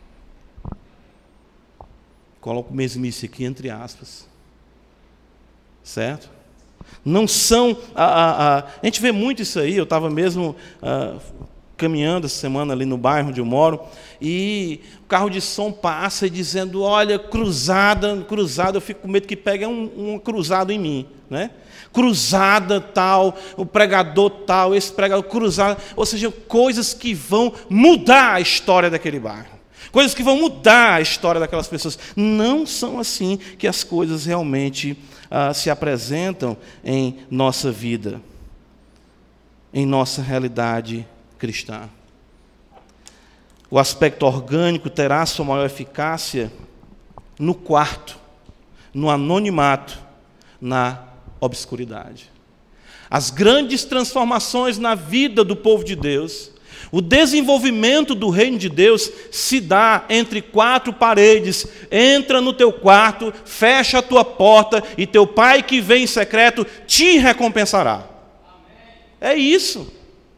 Coloco mesmice aqui entre aspas. Certo? Não são... A gente vê muito isso aí. Eu estava mesmo caminhando essa semana ali no bairro onde eu moro, e o carro de som passa e dizendo, olha, cruzada, eu fico com medo que pegue um cruzado em mim, né? Cruzada tal, o pregador tal, esse pregador cruzado, ou seja, coisas que vão mudar a história daquele bairro, coisas que vão mudar a história daquelas pessoas. Não são assim que as coisas realmente se apresentam em nossa vida, em nossa realidade cristã. O aspecto orgânico terá sua maior eficácia no quarto, no anonimato, na obscuridade. As grandes transformações na vida do povo de Deus, o desenvolvimento do reino de Deus se dá entre quatro paredes. Entra no teu quarto, fecha a tua porta e teu pai que vem em secreto te recompensará. É isso.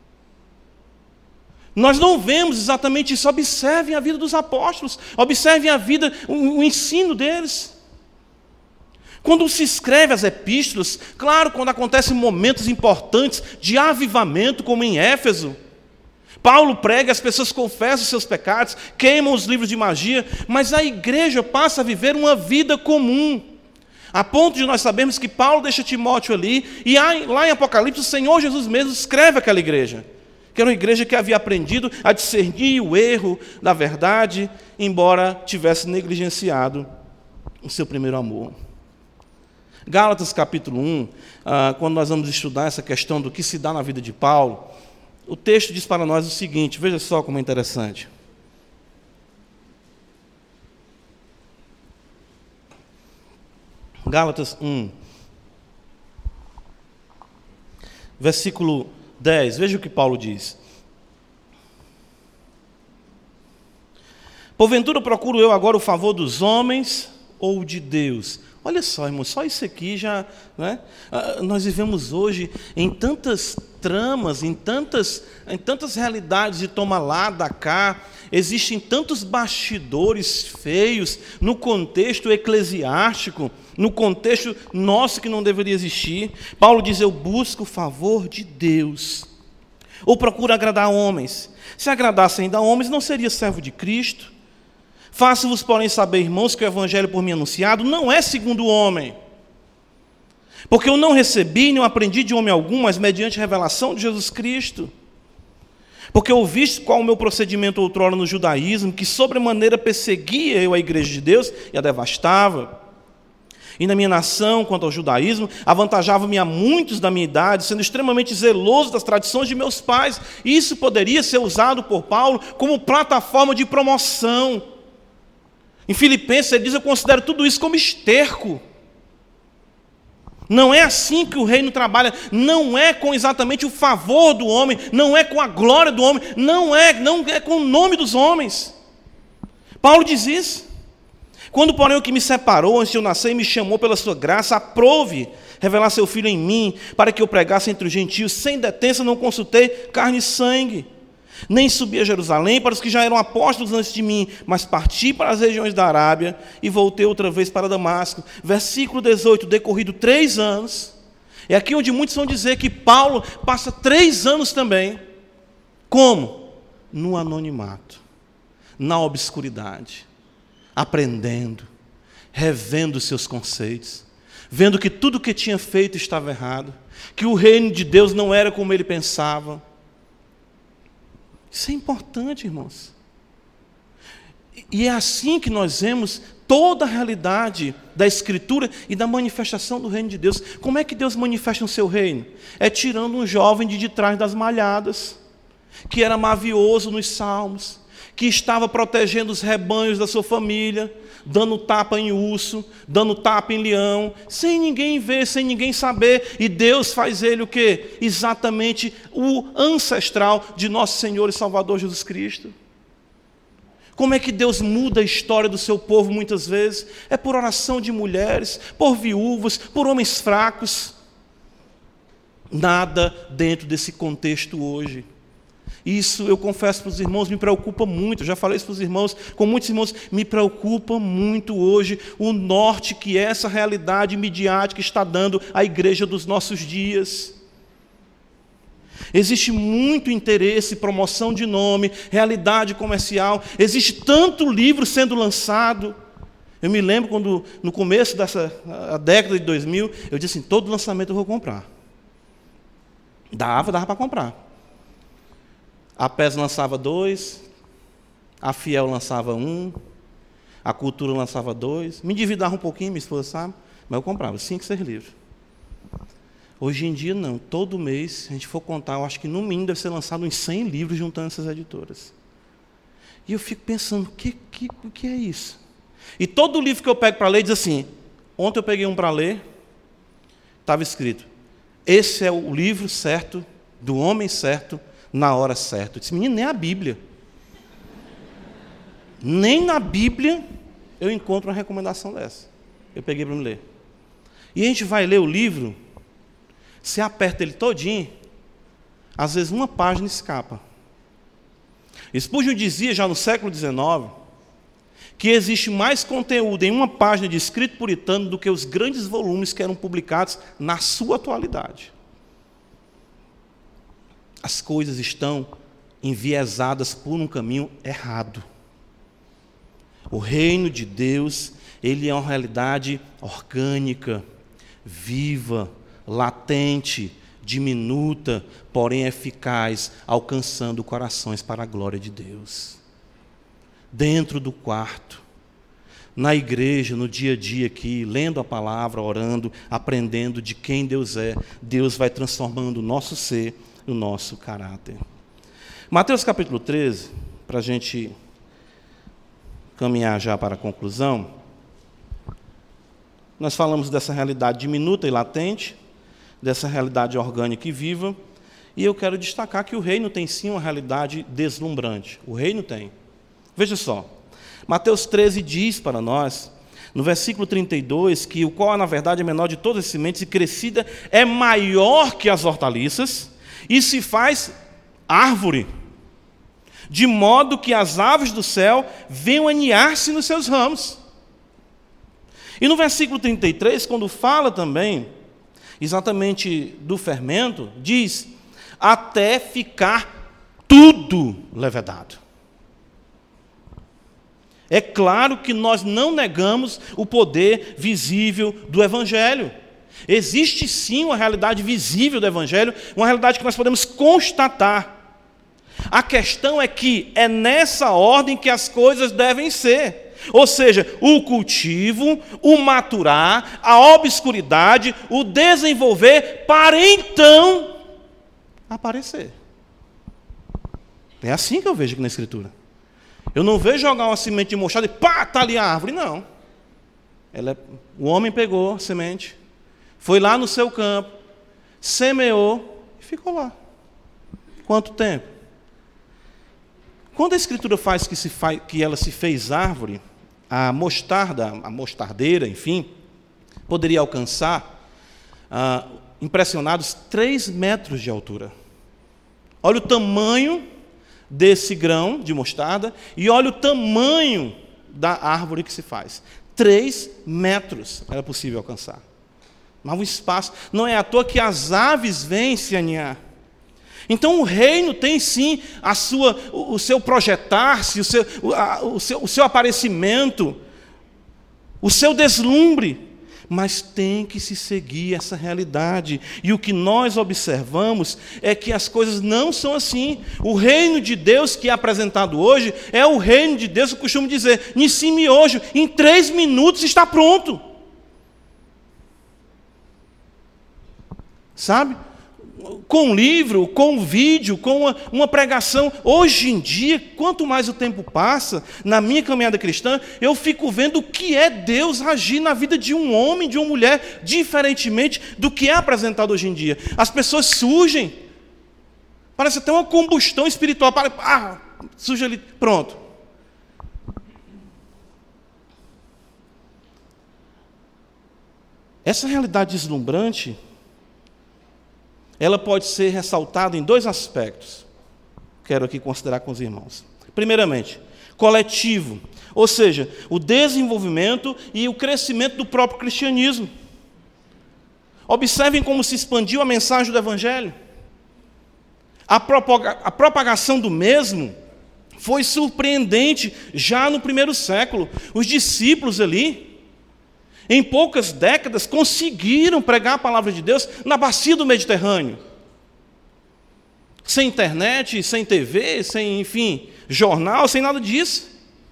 Nós não vemos exatamente isso. Observem a vida dos apóstolos, observem a vida, o ensino deles. Quando se escreve as epístolas, claro, quando acontecem momentos importantes de avivamento, como em Éfeso, Paulo prega, as pessoas confessam seus pecados, queimam os livros de magia, mas a igreja passa a viver uma vida comum, a ponto de nós sabermos que Paulo deixa Timóteo ali, e lá em Apocalipse o Senhor Jesus mesmo escreve aquela igreja, que era uma igreja que havia aprendido a discernir o erro da verdade, embora tivesse negligenciado o seu primeiro amor. Gálatas capítulo 1, quando nós vamos estudar essa questão do que se dá na vida de Paulo, o texto diz para nós o seguinte, veja só como é interessante. Gálatas 1, versículo 10, veja o que Paulo diz. Porventura procuro eu agora o favor dos homens ou de Deus? Olha só, irmão, só isso aqui já... Né? Nós vivemos hoje em tantas tramas, em tantas realidades de toma lá, da cá, existem tantos bastidores feios no contexto eclesiástico, no contexto nosso que não deveria existir. Paulo diz, eu busco o favor de Deus, ou procuro agradar homens. Se agradasse ainda a homens, não seria servo de Cristo. Faço-vos, porém, saber, irmãos, que o evangelho por mim anunciado não é segundo o homem. Porque eu não recebi, nem aprendi de homem algum, mas mediante a revelação de Jesus Cristo. Porque ouviste qual o meu procedimento outrora no judaísmo, que sobremaneira perseguia eu a igreja de Deus e a devastava. E na minha nação, quanto ao judaísmo, avantajava-me a muitos da minha idade, sendo extremamente zeloso das tradições de meus pais. Isso poderia ser usado por Paulo como plataforma de promoção. Em Filipenses ele diz, eu considero tudo isso como esterco. Não é assim que o reino trabalha, não é com exatamente o favor do homem, não é com a glória do homem, não é com o nome dos homens. Paulo diz isso. Quando, porém, o que me separou antes de eu nascer e me chamou pela sua graça, aprove revelar seu Filho em mim, para que eu pregasse entre os gentios, sem detença não consultei carne e sangue. Nem subi a Jerusalém para os que já eram apóstolos antes de mim, mas parti para as regiões da Arábia e voltei outra vez para Damasco. Versículo 18, decorrido 3 anos, é aqui onde muitos vão dizer que Paulo passa 3 anos também. Como? No anonimato, na obscuridade, aprendendo, revendo seus conceitos, vendo que tudo o que tinha feito estava errado, que o reino de Deus não era como ele pensava. Isso é importante, irmãos. E é assim que nós vemos toda a realidade da Escritura e da manifestação do reino de Deus. Como é que Deus manifesta o seu reino? É tirando um jovem de trás das malhadas, que era mavioso nos salmos, que estava protegendo os rebanhos da sua família, dando tapa em urso, dando tapa em leão, sem ninguém ver, sem ninguém saber. E Deus faz ele o quê? Exatamente o ancestral de nosso Senhor e Salvador Jesus Cristo. Como é que Deus muda a história do seu povo muitas vezes? É por oração de mulheres, por viúvas, por homens fracos. Nada dentro desse contexto hoje. Isso, eu confesso para os irmãos, me preocupa muito. Eu já falei isso para os irmãos, com muitos irmãos, me preocupa muito hoje o norte que essa realidade midiática está dando à igreja dos nossos dias. Existe muito interesse, promoção de nome, realidade comercial. Existe tanto livro sendo lançado. Eu me lembro quando, no começo dessa década de 2000, eu disse assim, todo lançamento eu vou comprar. Dava para comprar. A PES lançava 2, a Fiel lançava 1, a Cultura lançava 2. Me endividava um pouquinho, minha esposa sabe, mas eu comprava 5, 6 livros. Hoje em dia, não. Todo mês, se a gente for contar, eu acho que no mínimo deve ser lançado uns 100 livros juntando essas editoras. E eu fico pensando, o que é isso? E todo livro que eu pego para ler diz assim, ontem eu peguei um para ler, estava escrito, esse é o livro certo, do homem certo, na hora certa. Eu disse, menino, nem a Bíblia. Nem na Bíblia eu encontro uma recomendação dessa. Eu peguei para me ler. E a gente vai ler o livro, você aperta ele todinho, às vezes uma página escapa. Spurgeon dizia, já no século XIX, que existe mais conteúdo em uma página de escrito puritano do que os grandes volumes que eram publicados na sua atualidade. As coisas estão enviesadas por um caminho errado. O reino de Deus, ele é uma realidade orgânica, viva, latente, diminuta, porém eficaz, alcançando corações para a glória de Deus. Dentro do quarto, na igreja, no dia a dia aqui, lendo a palavra, orando, aprendendo de quem Deus é, Deus vai transformando o nosso ser, o nosso caráter. Mateus capítulo 13, para a gente caminhar já para a conclusão, nós falamos dessa realidade diminuta e latente, dessa realidade orgânica e viva, e eu quero destacar que o reino tem sim uma realidade deslumbrante. O reino tem. Veja só, Mateus 13 diz para nós, no versículo 32, que o qual na verdade é menor de todas as sementes e crescida é maior que as hortaliças, e se faz árvore, de modo que as aves do céu venham aninhar-se nos seus ramos. E no versículo 33, quando fala também exatamente do fermento, diz, até ficar tudo levedado. É claro que nós não negamos o poder visível do Evangelho. Existe sim uma realidade visível do Evangelho, uma realidade que nós podemos constatar. A questão é que é nessa ordem que as coisas devem ser. Ou seja, o cultivo, o maturar, a obscuridade, o desenvolver, para então aparecer. É assim que eu vejo aqui na Escritura. Eu não vejo jogar uma semente de mostarda e pá, está ali a árvore, não. O homem pegou a semente, foi lá no seu campo, semeou e ficou lá. Quanto tempo? Quando a Escritura faz que ela se fez árvore, a mostarda, a mostardeira, enfim, poderia alcançar, impressionados, 3 metros de altura. Olha o tamanho desse grão de mostarda e olha o tamanho da árvore que se faz. 3 metros era possível alcançar. Mas o espaço, não é à toa que as aves vêm se aninhar. Então o reino tem sim o seu projetar-se, o seu aparecimento, o seu deslumbre. mas tem que se seguir essa realidade. E o que nós observamos é que as coisas não são assim. O reino de Deus que é apresentado hoje é o reino de Deus, eu costumo dizer, Nissim miojo, em 3 minutos está pronto. Sabe? Com um livro, com um vídeo, com uma pregação. Hoje em dia, quanto mais o tempo passa, na minha caminhada cristã, eu fico vendo o que é Deus agir na vida de um homem, de uma mulher, diferentemente do que é apresentado hoje em dia. As pessoas surgem, parece até uma combustão espiritual, surge ali, pronto. Essa realidade deslumbrante, ela pode ser ressaltada em 2 aspectos. Quero aqui considerar com os irmãos. Primeiramente, coletivo, ou seja, o desenvolvimento e o crescimento do próprio cristianismo. Observem como se expandiu a mensagem do Evangelho. A propagação do mesmo foi surpreendente já no 1º século. Os discípulos ali, em poucas décadas, conseguiram pregar a palavra de Deus na bacia do Mediterrâneo. Sem internet, sem TV, sem, enfim, jornal, sem nada disso.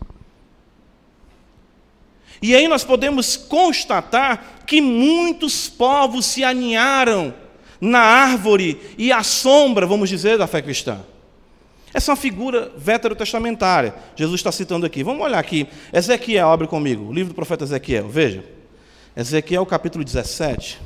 E aí nós podemos constatar que muitos povos se aninharam na árvore e à sombra, vamos dizer, da fé cristã. Essa é uma figura veterotestamentária. Jesus está citando aqui. Vamos olhar aqui. Ezequiel, abre comigo. O livro do profeta Ezequiel, veja. Ezequiel capítulo 17.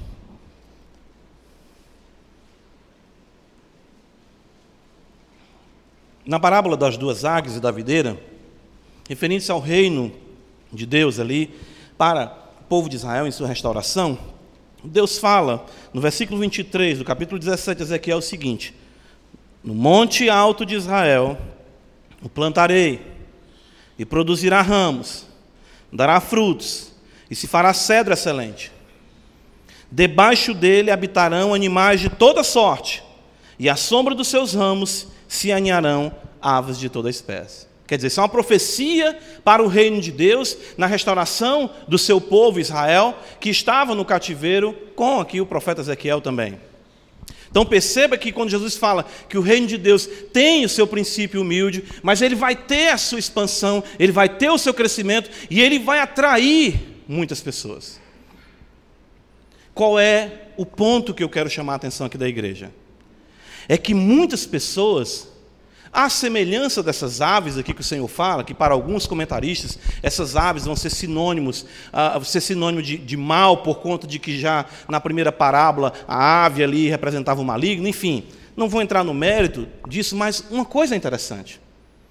Na parábola das 2 águias e da videira, referindo-se ao reino de Deus ali, para o povo de Israel em sua restauração, Deus fala, no versículo 23 do capítulo 17 de Ezequiel, o seguinte: no monte alto de Israel o plantarei, e produzirá ramos, dará frutos, e se fará cedro excelente. Debaixo dele habitarão animais de toda sorte, e à sombra dos seus ramos se aninharão aves de toda espécie. Quer dizer, isso é uma profecia para o reino de Deus, na restauração do seu povo Israel, que estava no cativeiro, com aqui o profeta Ezequiel também. Então perceba que quando Jesus fala que o reino de Deus tem o seu princípio humilde, mas ele vai ter a sua expansão, ele vai ter o seu crescimento, e ele vai atrair muitas pessoas. Qual é o ponto que eu quero chamar a atenção aqui da igreja? É que muitas pessoas, à semelhança dessas aves aqui que o Senhor fala, que para alguns comentaristas, essas aves vão ser sinônimo de mal, por conta de que já na primeira parábola a ave ali representava o maligno, enfim, não vou entrar no mérito disso, mas uma coisa é interessante.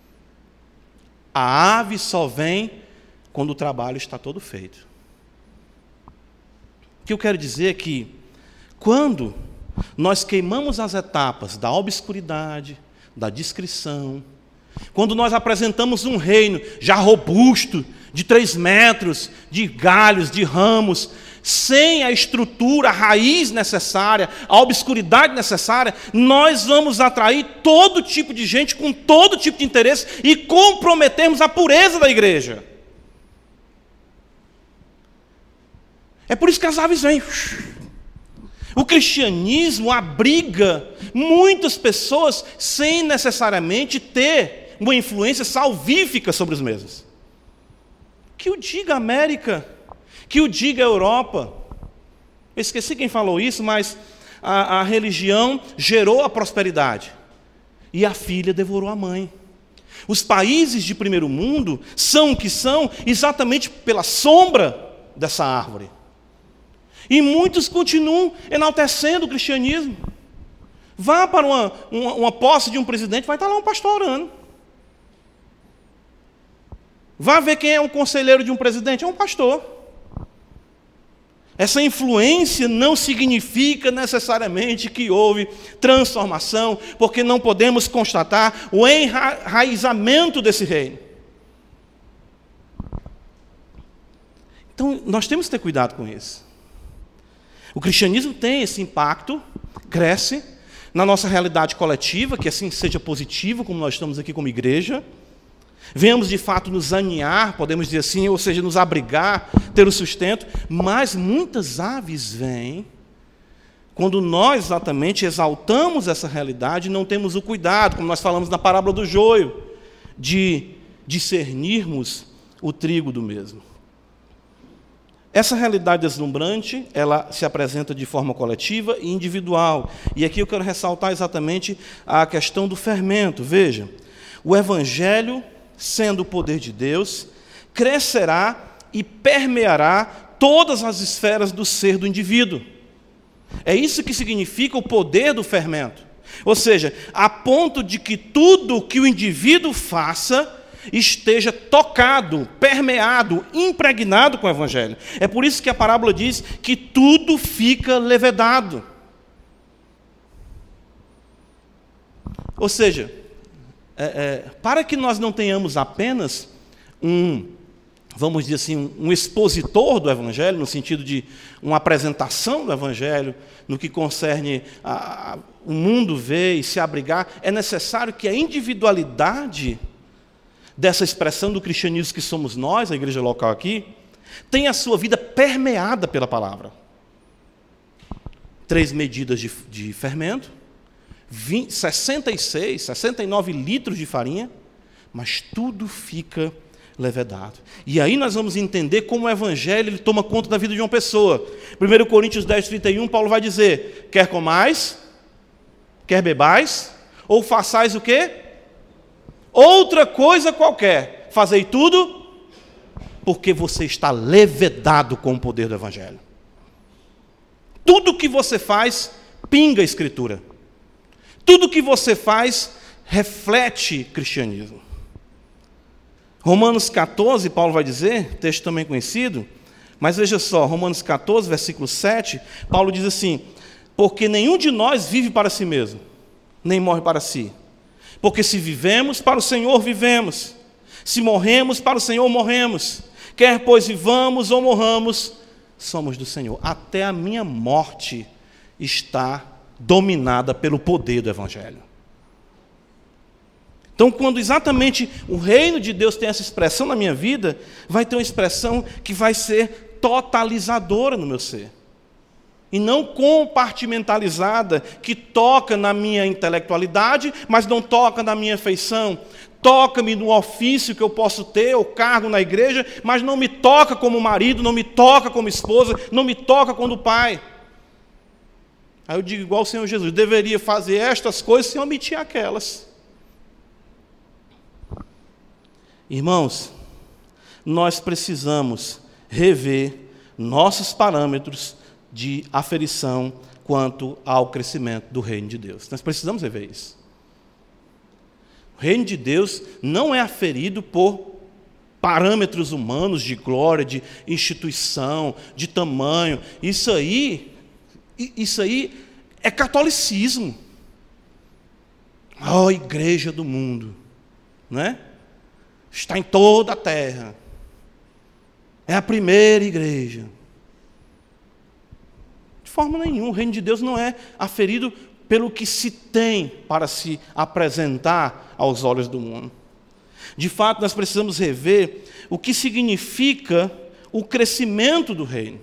A ave só vem quando o trabalho está todo feito. O que eu quero dizer é que, quando nós queimamos as etapas da obscuridade, da discrição, quando nós apresentamos um reino já robusto, de 3 metros, de galhos, de ramos, sem a estrutura, a raiz necessária, a obscuridade necessária, nós vamos atrair todo tipo de gente com todo tipo de interesse e comprometermos a pureza da igreja. É por isso que as aves vêm. O cristianismo abriga muitas pessoas sem necessariamente ter uma influência salvífica sobre os mesmos. Que o diga a América, que o diga a Europa. Eu esqueci quem falou isso, mas a religião gerou a prosperidade e a filha devorou a mãe. Os países de primeiro mundo são o que são exatamente pela sombra dessa árvore. E muitos continuam enaltecendo o cristianismo. Vá para uma posse de um presidente, vai estar lá um pastor orando. Vá ver quem é um conselheiro de um presidente, é um pastor. Essa influência não significa necessariamente que houve transformação, porque não podemos constatar o enraizamento desse reino. Então, nós temos que ter cuidado com isso. O cristianismo tem esse impacto, cresce na nossa realidade coletiva, que assim seja positivo, como nós estamos aqui como igreja, venhamos de fato nos aninhar, podemos dizer assim, ou seja, nos abrigar, ter o sustento, mas muitas aves vêm quando nós exatamente exaltamos essa realidade e não temos o cuidado, como nós falamos na parábola do joio, de discernirmos o trigo do mesmo. Essa realidade deslumbrante, ela se apresenta de forma coletiva e individual. E aqui eu quero ressaltar exatamente a questão do fermento. Veja, o Evangelho, sendo o poder de Deus, crescerá e permeará todas as esferas do ser do indivíduo. É isso que significa o poder do fermento. Ou seja, a ponto de que tudo que o indivíduo faça esteja tocado, permeado, impregnado com o Evangelho. É por isso que a parábola diz que tudo fica levedado. Ou seja, para que nós não tenhamos apenas vamos dizer assim, um expositor do Evangelho, no sentido de uma apresentação do Evangelho, no que concerne o mundo ver e se abrigar, é necessário que a individualidade dessa expressão do cristianismo que somos nós, a igreja local aqui, tenha a sua vida permeada pela palavra. 3 medidas de fermento, 69 litros de farinha, mas tudo fica levedado. E aí nós vamos entender como o Evangelho ele toma conta da vida de uma pessoa. 1 Coríntios 10, 31, Paulo vai dizer, quer comais, quer bebais, ou façais o quê? Outra coisa qualquer, fazei tudo, porque você está levedado com o poder do Evangelho. Tudo que você faz, pinga a Escritura. Tudo que você faz, reflete cristianismo. Romanos 14, Paulo vai dizer, texto também conhecido, mas veja só, Romanos 14, versículo 7, Paulo diz assim, porque nenhum de nós vive para si mesmo, nem morre para si. Porque se vivemos, para o Senhor vivemos. Se morremos, para o Senhor morremos. Quer pois vivamos ou morramos, somos do Senhor. Até a minha morte está dominada pelo poder do Evangelho. Então, quando exatamente o reino de Deus tem essa expressão na minha vida, vai ter uma expressão que vai ser totalizadora no meu ser. E não compartimentalizada, que toca na minha intelectualidade, mas não toca na minha afeição. Toca-me no ofício que eu posso ter, o cargo na igreja, mas não me toca como marido, não me toca como esposa, não me toca como pai. Aí eu digo igual o Senhor Jesus, deveria fazer estas coisas sem omitir aquelas. Irmãos, nós precisamos rever nossos parâmetros de aferição quanto ao crescimento do reino de Deus. Nós precisamos rever isso. O reino de Deus não é aferido por parâmetros humanos de glória, de instituição, de tamanho. Isso aí é catolicismo. Oh, igreja do mundo, não é? Está em toda a terra. É a primeira igreja. De forma nenhuma, o reino de Deus não é aferido pelo que se tem para se apresentar aos olhos do mundo. De fato, nós precisamos rever o que significa o crescimento do reino.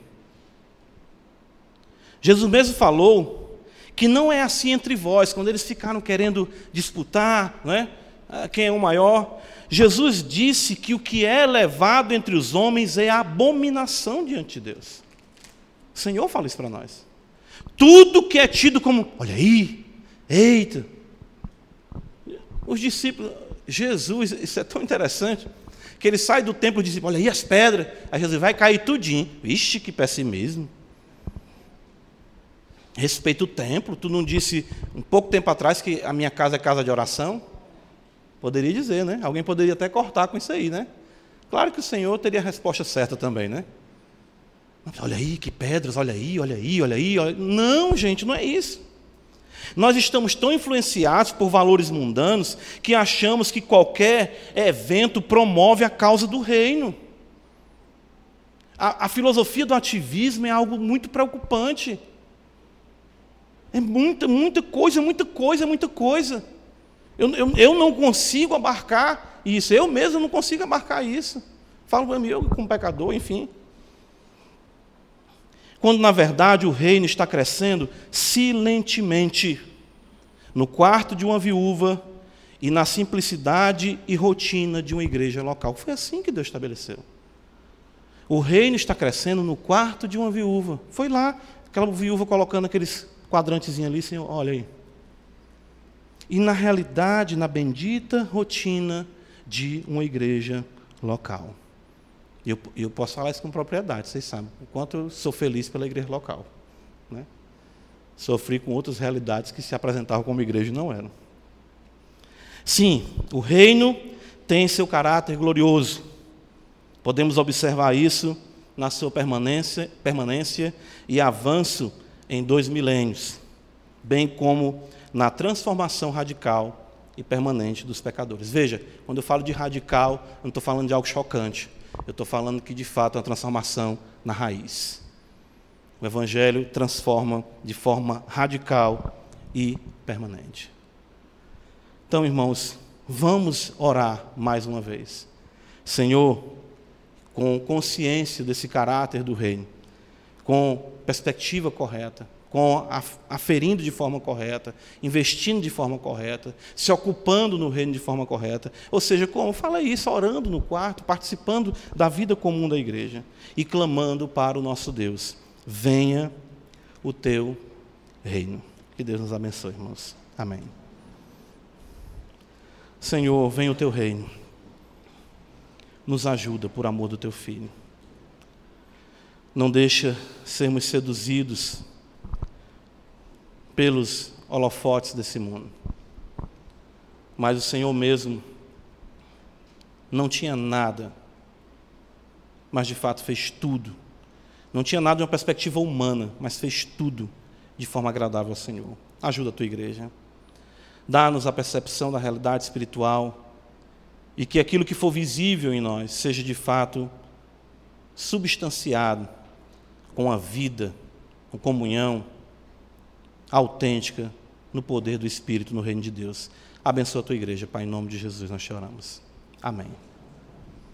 Jesus mesmo falou que não é assim entre vós, quando eles ficaram querendo disputar, não é? Quem é o maior. Jesus disse que o que é elevado entre os homens é a abominação diante de Deus. O Senhor fala isso para nós. Tudo que é tido como, olha aí, eita. Os discípulos, Jesus, isso é tão interessante, que ele sai do templo e diz, olha aí as pedras. Aí Jesus vai cair tudinho. Vixe, que pessimismo. Respeita o templo. Tu não disse um pouco tempo atrás que a minha casa é casa de oração? Poderia dizer, né? Alguém poderia até cortar com isso aí, né? Claro que o Senhor teria a resposta certa também, né? Olha aí, que pedras, olha aí, olha aí, olha aí. Olha... Não, gente, não é isso. Nós estamos tão influenciados por valores mundanos que achamos que qualquer evento promove a causa do reino. A filosofia do ativismo é algo muito preocupante. É muita coisa, muita coisa, muita coisa. Eu não consigo abarcar isso. Eu mesmo não consigo abarcar isso. Falo para mim, eu como pecador, enfim. Quando, na verdade, o reino está crescendo silentemente, no quarto de uma viúva e na simplicidade e rotina de uma igreja local. Foi assim que Deus estabeleceu. O reino está crescendo no quarto de uma viúva. Foi lá, aquela viúva colocando aqueles quadrantezinhos ali, Senhor, olha aí. E na realidade, na bendita rotina de uma igreja local. Eu posso falar isso com propriedade, vocês sabem, o quanto eu sou feliz pela igreja local. Né? Sofri com outras realidades que se apresentavam como igreja e não eram. Sim, o reino tem seu caráter glorioso. Podemos observar isso na sua permanência e avanço em 2 milênios, bem como na transformação radical e permanente dos pecadores. Veja, quando eu falo de radical, eu não estou falando de algo chocante. Eu estou falando que, de fato, é uma transformação na raiz. O Evangelho transforma de forma radical e permanente. Então, irmãos, vamos orar mais uma vez. Senhor, com consciência desse caráter do reino, com perspectiva correta, aferindo de forma correta, investindo de forma correta, se ocupando no reino de forma correta. Ou seja, como fala isso, orando no quarto, participando da vida comum da igreja e clamando para o nosso Deus. Venha o teu reino. Que Deus nos abençoe, irmãos. Amém. Senhor, venha o teu reino. Nos ajuda por amor do teu Filho. Não deixa sermos seduzidos pelos holofotes desse mundo. Mas o Senhor mesmo não tinha nada, mas de fato fez tudo. Não tinha nada de uma perspectiva humana, mas fez tudo de forma agradável ao Senhor. Ajuda a tua igreja. Dá-nos a percepção da realidade espiritual e que aquilo que for visível em nós seja de fato substanciado com a vida, com comunhão autêntica no poder do Espírito, no reino de Deus. Abençoa a tua igreja, Pai, em nome de Jesus nós te oramos. Amém.